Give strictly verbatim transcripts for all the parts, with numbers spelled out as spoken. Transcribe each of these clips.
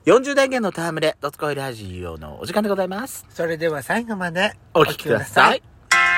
よんじゅう代芸のタームレドスコイラジオのお時間でございます。 それでは最後までお聞きください。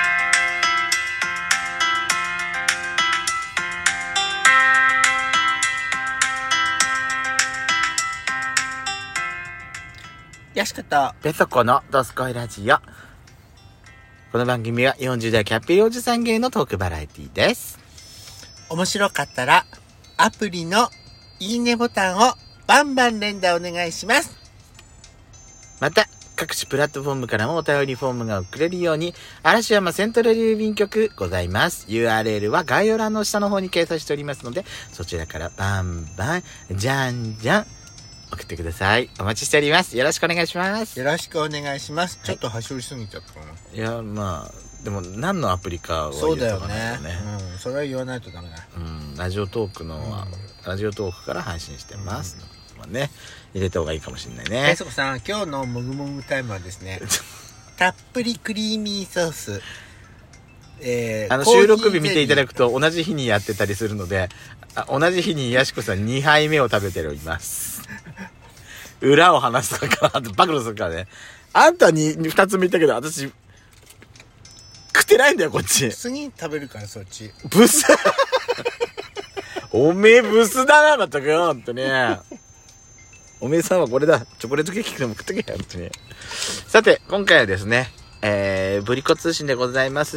よしことペソコのドスコイラジオ。この番組はよんじゅう代キャッピーおじさん芸のトークバラエティです。 面白かったらアプリのいいねボタンをバンバン連打お願いします。 また各種プラットフォームからもお便りフォームが送れるように嵐山セントラル郵便局ございます。 ユーアールエル は概要欄の下の方に掲載しておりますので、そちらからバンバンじゃんじゃん送ってください。お待ちしております。よろしくお願いします。 よろしくお願いします、 はい、 ちょっと端折りすぎちゃったかな。 いやまあでも何のアプリかは言そうだよっとかないとね、うん、それは言わないとダメだ。 うん、ラジオトークの、うん、ラジオトークから配信してます、うん、まあね、入れた方がいいかもしれないね。 ペソコさん、今日のもぐもぐタイムはですねたっぷりクリーミーソース、えー、 あの収録日見ていただくと同じ日にやってたりするので、あ同じ日にやしこさんにはいめを食べております裏を話すから暴露するからね。あんたにふたつ見たけど私食ってないんだよこっち。 次食べるからそっち。 ブスおめえブスだなまったくよほんとね。おめえさんはこれだ、チョコレートケーキでも食ってけよほんとに。さて今回はですね、えー、ぶりっ子通信でございます。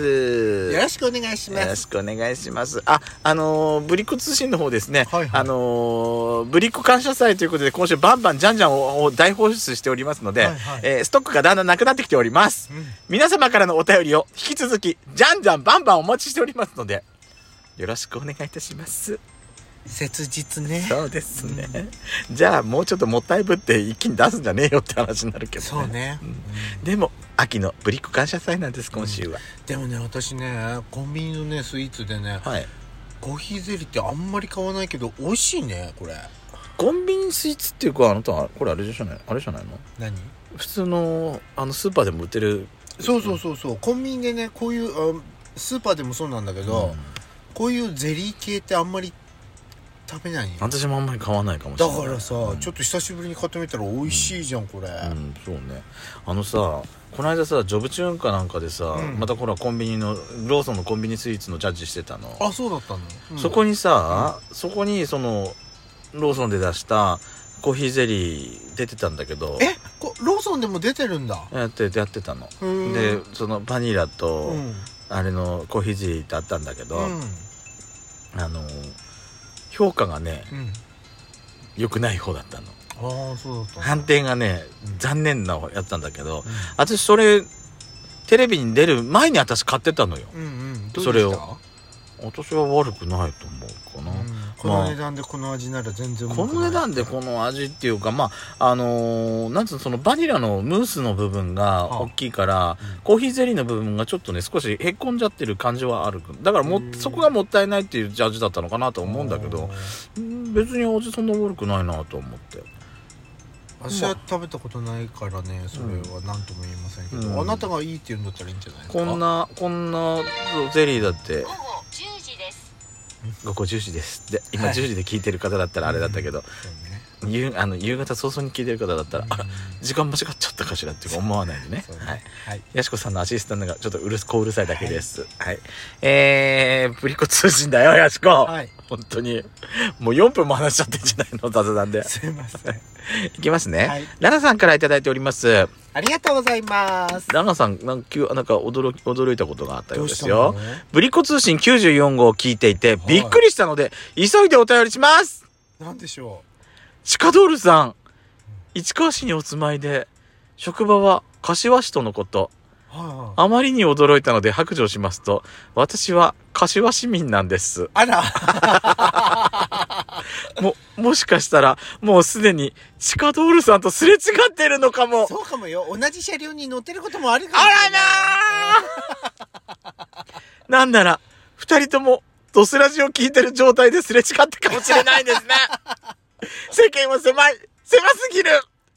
よろしくお願いします。 よろしくお願いします。あ、あのー、ぶりっ子通信の方ですね。 はいはい、 あのー、ぶりっ子感謝祭ということで、今週バンバンじゃんじゃんをを大放出しておりますので、はいはい、えー、ストックがだんだんなくなってきております。うん、皆様からのお便りを引き続き、じゃんじゃんバンバンお待ちしておりますので、よろしくお願いいたします。 切実ね。 そうですね、うん、じゃあもうちょっともったいぶって一気に出すんじゃねえよって話になるけどね。 そうね、 うん、でも秋のぶりっ子感謝祭なんです今週は、 うん、でもね私ねコンビニのねスイーツでね、はい、コーヒーゼリーってあんまり買わないけど美味しいねこれ。 コンビニスイーツっていうかあなたこれあれじゃないあれじゃないの？ 何？ 普通のあのスーパーでも売ってる。 そうそうそうそう、コンビニでねこういうあスーパーでもそうなんだけど、うん、こういうゼリー系ってあんまり食べない。 私もあんまり買わないかもしれない。 だからさ、うん、ちょっと久しぶりに買ってみたら美味しいじゃん、うん、これ。 うん、そうね。あのさこの間さジョブチューンかなんかでさ、うん、またほらコンビニのローソンのコンビニスイーツのジャッジしてたの。 あ、そうだったの、 うん、そこにさ、うん、そこにそのローソンで出したコーヒーゼリー出てたんだけど。 えこローソンでも出てるんだ。 やってやってたので、そのバニラと、うん、あれのコーヒーゼリーってあったんだけど、うん、あの評価がね、うん、良くない方だったの。 ああ、そうだった。 判定がね、うん、残念なやつなんだけど、うん、私それテレビに出る前に私買ってたのよ、うんうん、どうでした？それを私は悪くないと思うかな、うん、 この値段でこの味なら全然、まあ、 この値段でこの味っていうか、まああのー、なんつうのそのバニラのムースの部分が大きいから、はあうん、コーヒーゼリーの部分がちょっとね少しへっこんじゃってる感じはある。だからもそこがもったいないっていうジャッジだったのかなと思うんだけど、別に味そんな悪くないなと思って。 私は食べたことないからねそれは何とも言いませんけど、うん、あなたがいいって言うんだったらいいんじゃないですか。 こんなこんなゼリーだって午後じゅうじです午後じゅうじですで今じゅうじで聞いてる方だったらあれだったけど、はいうん、夕, あの夕方早々に聞いてる方だったら、うん、あら時間間違っちゃったかしらって思わないでね。ねはい、はい、やしこさんのアシスタントがちょっとうる小うるさいだけです。はい、はい、えーぶりっ子通信だよやしこ、はい、本当にもうよんぷんも話しちゃってんじゃないの雑談で。 すいませんいきますね、はい、ラナさんからいただいております。 ありがとうございます。 ラナさんなんかなんか驚き驚いたことがあったようですよ。ぶりっ子通信きゅうじゅうよん号を聞いていてびっくりしたので、はい、急いでお便りします。 なんでしょう。 チカドールさん、市川市にお住まいで職場は柏市とのこと、はいはい、あまりに驚いたので白状しますと私は柏市民なんです。 あらももしかしたらもうすでにチカドールさんとすれ違ってるのかも。 そうかもよ。同じ車両に乗ってることもあるかもしれない。 あらなーなんなら二人ともドスラジを聞いてる状態ですれ違ってかもしれないですね世間は狭い狭すぎる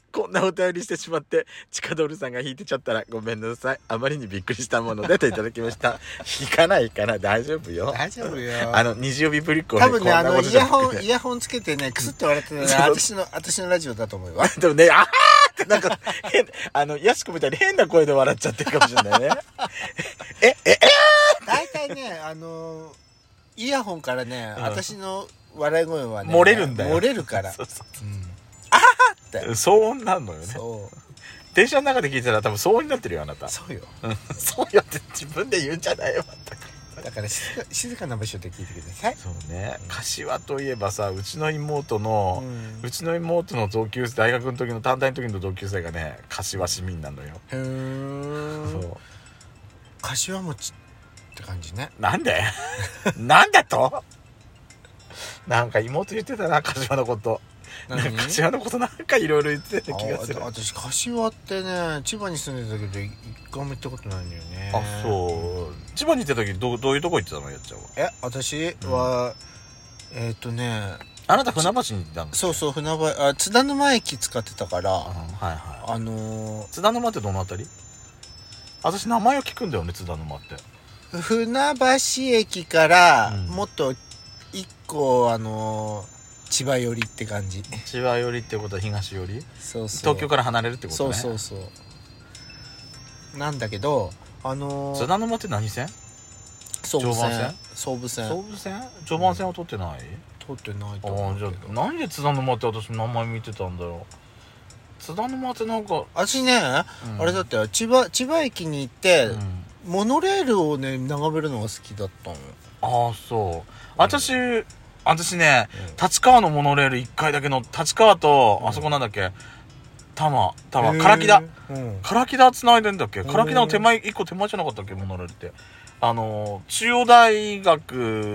こんなお便りしてしまってチカドルさんが引いてちゃったらごめんなさい。あまりにびっくりしたものでといただきました。引かない引かない、大丈夫よ、 大丈夫よ。 あの虹帯ブリックを、ね、 多分ね、あのイヤホンインヤホンつけてねクスって笑ってたら私の私のラジオだと思うわ。 でもね、あーってなんか変、あのヤシコみたいに変な声で笑っちゃってるかもしれないね。えええー、 大体ね、あのイヤホンからね、うん、私の笑い声はね漏れるんだよ。 漏れるから。そうそうそう、うん、あはって騒音なんのよね。 そう電車の中で聞いたら多分騒音になってるよあなた。 そうよそうよって自分で言うんじゃないよ。 だから静か、静かな場所で聞いてください。 そうね、うん、柏といえばさ、うちの妹の、うん、うちの妹の同級生、大学の時の短大の時の同級生がね柏市民なのよ。へー。そう、柏餅って感じね。 なんでなんだとなんか妹言ってたな、柏のこと。なんか柏のことなんかいろいろ言ってた気がする。 私柏ってね、千葉に住んでたけど一回も行ったことないんだよね。 あ、そう。千葉に行った時ど, どういうとこ行ってたの？やっちゃうわ。 え、私は、うん、えっ、ー、とね、 あなた船橋に行ったんですか？ そうそう、船橋、あ、津田沼駅使ってたから、うん、はいはい。 あのー、 津田沼ってどのあたり？私名前を聞くんだよね、津田沼って。 船橋駅からもっと一個、あのー千葉寄りって感じ。 千葉寄りってことは東寄り？そうそう。東京から離れるってことね。 そうそうそうなんだけど、あのー、 津田沼って何線？ 総武線。総武線。 総武線？常磐線は通ってない？ 通ってないと思うけど。 ああ、じゃあ何で津田沼って私名前見てたんだろう。津田沼ってなんか私ね、うん、あれだったよ、千葉千葉駅に行って、うん、モノレールをね眺めるのが好きだったの。 ああ、そう。私、うん、私ね、うん、立川のモノレールいっかいだけの、立川と、うん、あそこなんだっけ、多摩、多摩、唐木田、うん、唐木田繋いでんだっけ、唐木田の手前、いっこ手前じゃなかったっけ、モノレールって。あの、中央大学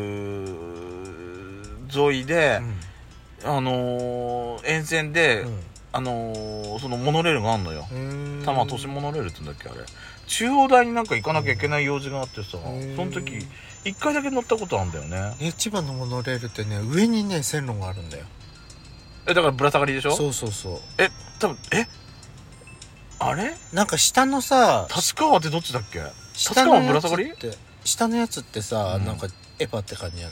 沿いで、うん、あの、沿線で、うん、あの、そのモノレールがあんのよ。多摩都市モノレールって言うんだっけ、あれ。中央大になんか行かなきゃいけない用事があってさ、その時、一回だけ乗ったことあるんだよね。 え、千葉のモノレールってね、上にね線路があるんだよ。 え、だからぶら下がりでしょ？ そうそうそう。 え、多分、えあれなんか下のさ、 立川ってどっちだっけ？立川もぶら下がり？ 下のやつってさ、うん、なんかエヴァって感じじゃ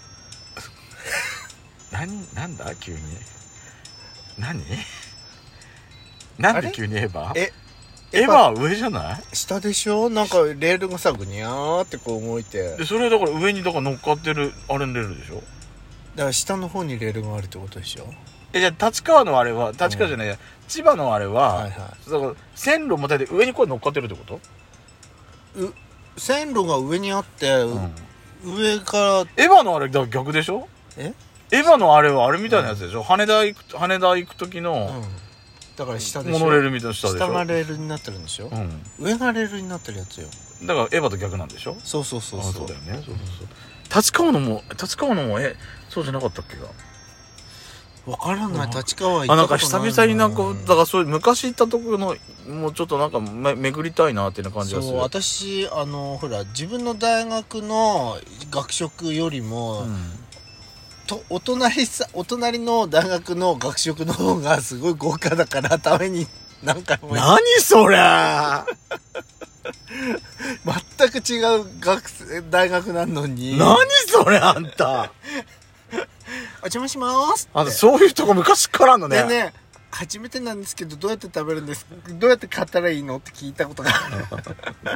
ない？何、なんだ急に何なんで急にエヴァ？えエヴァは上じゃない？ 下でしょ？なんかレールがさぐにゃーってこう動いて、 でそれだから上にだから乗っかってるあれのレールでしょ？だから下の方にレールがあるってことでしょ？ え、じゃあ立川のあれは立川じゃないや、うん、千葉のあれは、はいはい、だから線路もたいて上にこれ乗っかってるってこと？ う線路が上にあって、うん、上からエヴァのあれだから逆でしょ？えエヴァのあれはあれみたいなやつでしょ？うん、羽田行く羽田行く時の、うん、 だから下でしょ。 モノレールみたいな下でしょ。 下がレールになってるんでしょ、うん、上がレールになってるやつよ。 だからエヴァと逆なんでしょ。 そうそうそうそう。 そうだよね。そうそうそう。立川のも立川のもえそうじゃなかったっけが。 わからない。立川行ったことない。 あ、なんか久々になんかだからそういう昔行ったところのもうちょっとなんかめ巡りたいなっていう感じがする。 そう、私あのほら自分の大学の学食よりも、うん、とお隣さお隣の大学の学食の方がすごい豪華だからために何回も。 何それ全く違う学大学なのに。 何それあんたお邪魔しますあんたそういうとこ昔からのね。 でね、初めてなんですけどどうやって食べるんですか、どうやって買ったらいいのって聞いたことがある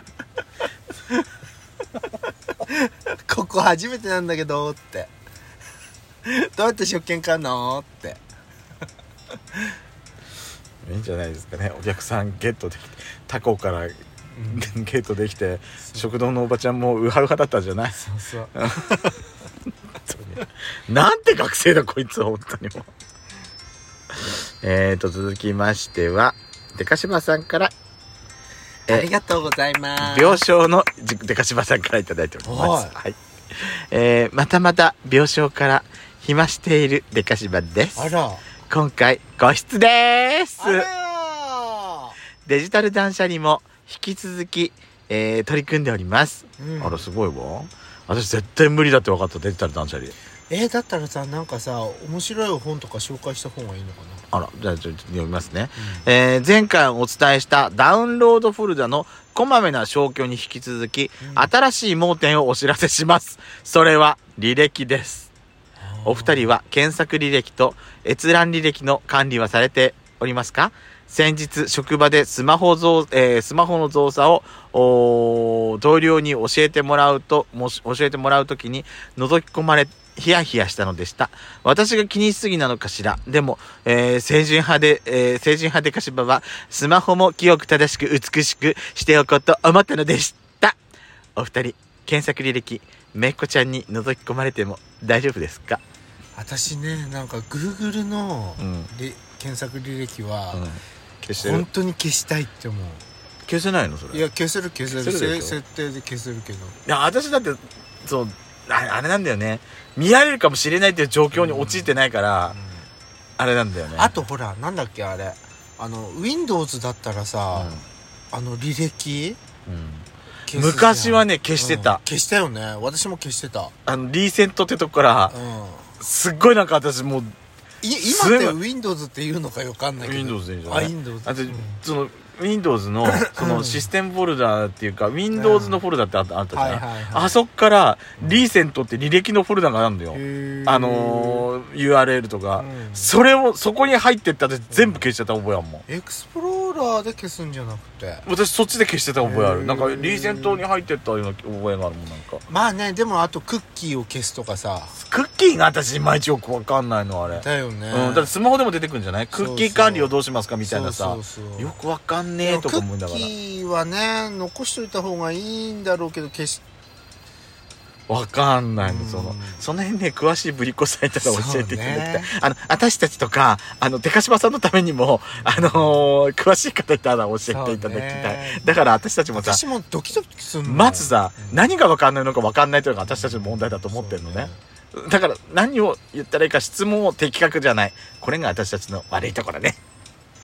ここ初めてなんだけどってどうやって食券買うのっていいんじゃないですかね。お客さんゲットできて他校から、うん、ゲットできて食堂のおばちゃんもウハウハだったんじゃない？そうそうなんて学生だこいつは本当にもえーと続きましてはデカシバさんからありがとうございます。 病床のデカシバさんからいただいております。はい、えー、またまた病床から暇しているデカシバです。あら、今回ご出です。あら、デジタル断捨離も引き続き、えー、取り組んでおります。うん、あらすごいわ。私絶対無理だって分かった。デジタル断捨離えー、だったらさなんかさ面白い本とか紹介した方がいいのかな。 あら、じゃあちょっと読みますね、うん、えー、前回お伝えしたダウンロードフォルダのこまめな消去に引き続き、うん、新しい盲点をお知らせします。それは履歴です。お二人は検索履歴と閲覧履歴の管理はされておりますか？先日職場でスマホ増、えー、スマホの増作を同僚に教えてもらうともし教えてもらうときに覗き込まれヒヤヒヤしたのでした。私が気にしすぎなのかしら。でも、えー、清純派で、えー、清純派でかしばはスマホも清く正しく美しくしておこうと思ったのでした。お二人検索履歴めいこちゃんに覗き込まれても大丈夫ですか？ 私ねなんか Google の、うん、検索履歴は、うん、消してる本当に消したいって思う。 消せないのそれ？ いや消せる消せる消せる設定で消せるけど。いや私だってそうあれなんだよね、見られるかもしれないっていう状況に陥ってないから、うん、あれなんだよね。 あとほらなんだっけあれあの Windows だったらさ、うん、あの履歴、 うん、昔はね消してた、うん、 消したよね。私も消してた。 あのリーセントってとこから、うん、すっごいなんか私もう今って Windows っていうのかよくわかんないけど Windows でいいんじゃない？ あ Windows あと、うん、そのWindows のそのシステムフォルダっていうか Windows のフォルダってあったじゃん、はいはいはい、あそっからリーセントって履歴のフォルダがあるんだよ、あのー、ユーアールエル とか、うん、それをそこに入ってったら全部消しちゃった覚えあるもん。 エクスプローラーで消すんじゃなくて私そっちで消してた覚えある。なんかリーセントに入ってったような覚えがあるもん。なんかまあねでもあとクッキーを消すとかさ。 クッキーが私いまいちよく分かんないのあれだよね、 うん、だってスマホでも出てくるんじゃない？クッキー管理をどうしますかみたいなさ。そうそうそうよく分かんねえとか思うんだから。クッキーはね残しといた方がいいんだろうけど消しわかんないの、そのその辺ね詳しいぶりっ子さんいたら教えていただきたい、ね、あの私たちとかあのデカシバさんのためにもあのー、詳しい方いたら教えていただきたい。だから私たちもさ私もドキドキするのまずさ、うん、何がわかんないのかわかんないというのが私たちの問題だと思ってるのね。だから何を言ったらいいか質問を的確じゃない、これが私たちの悪いところね。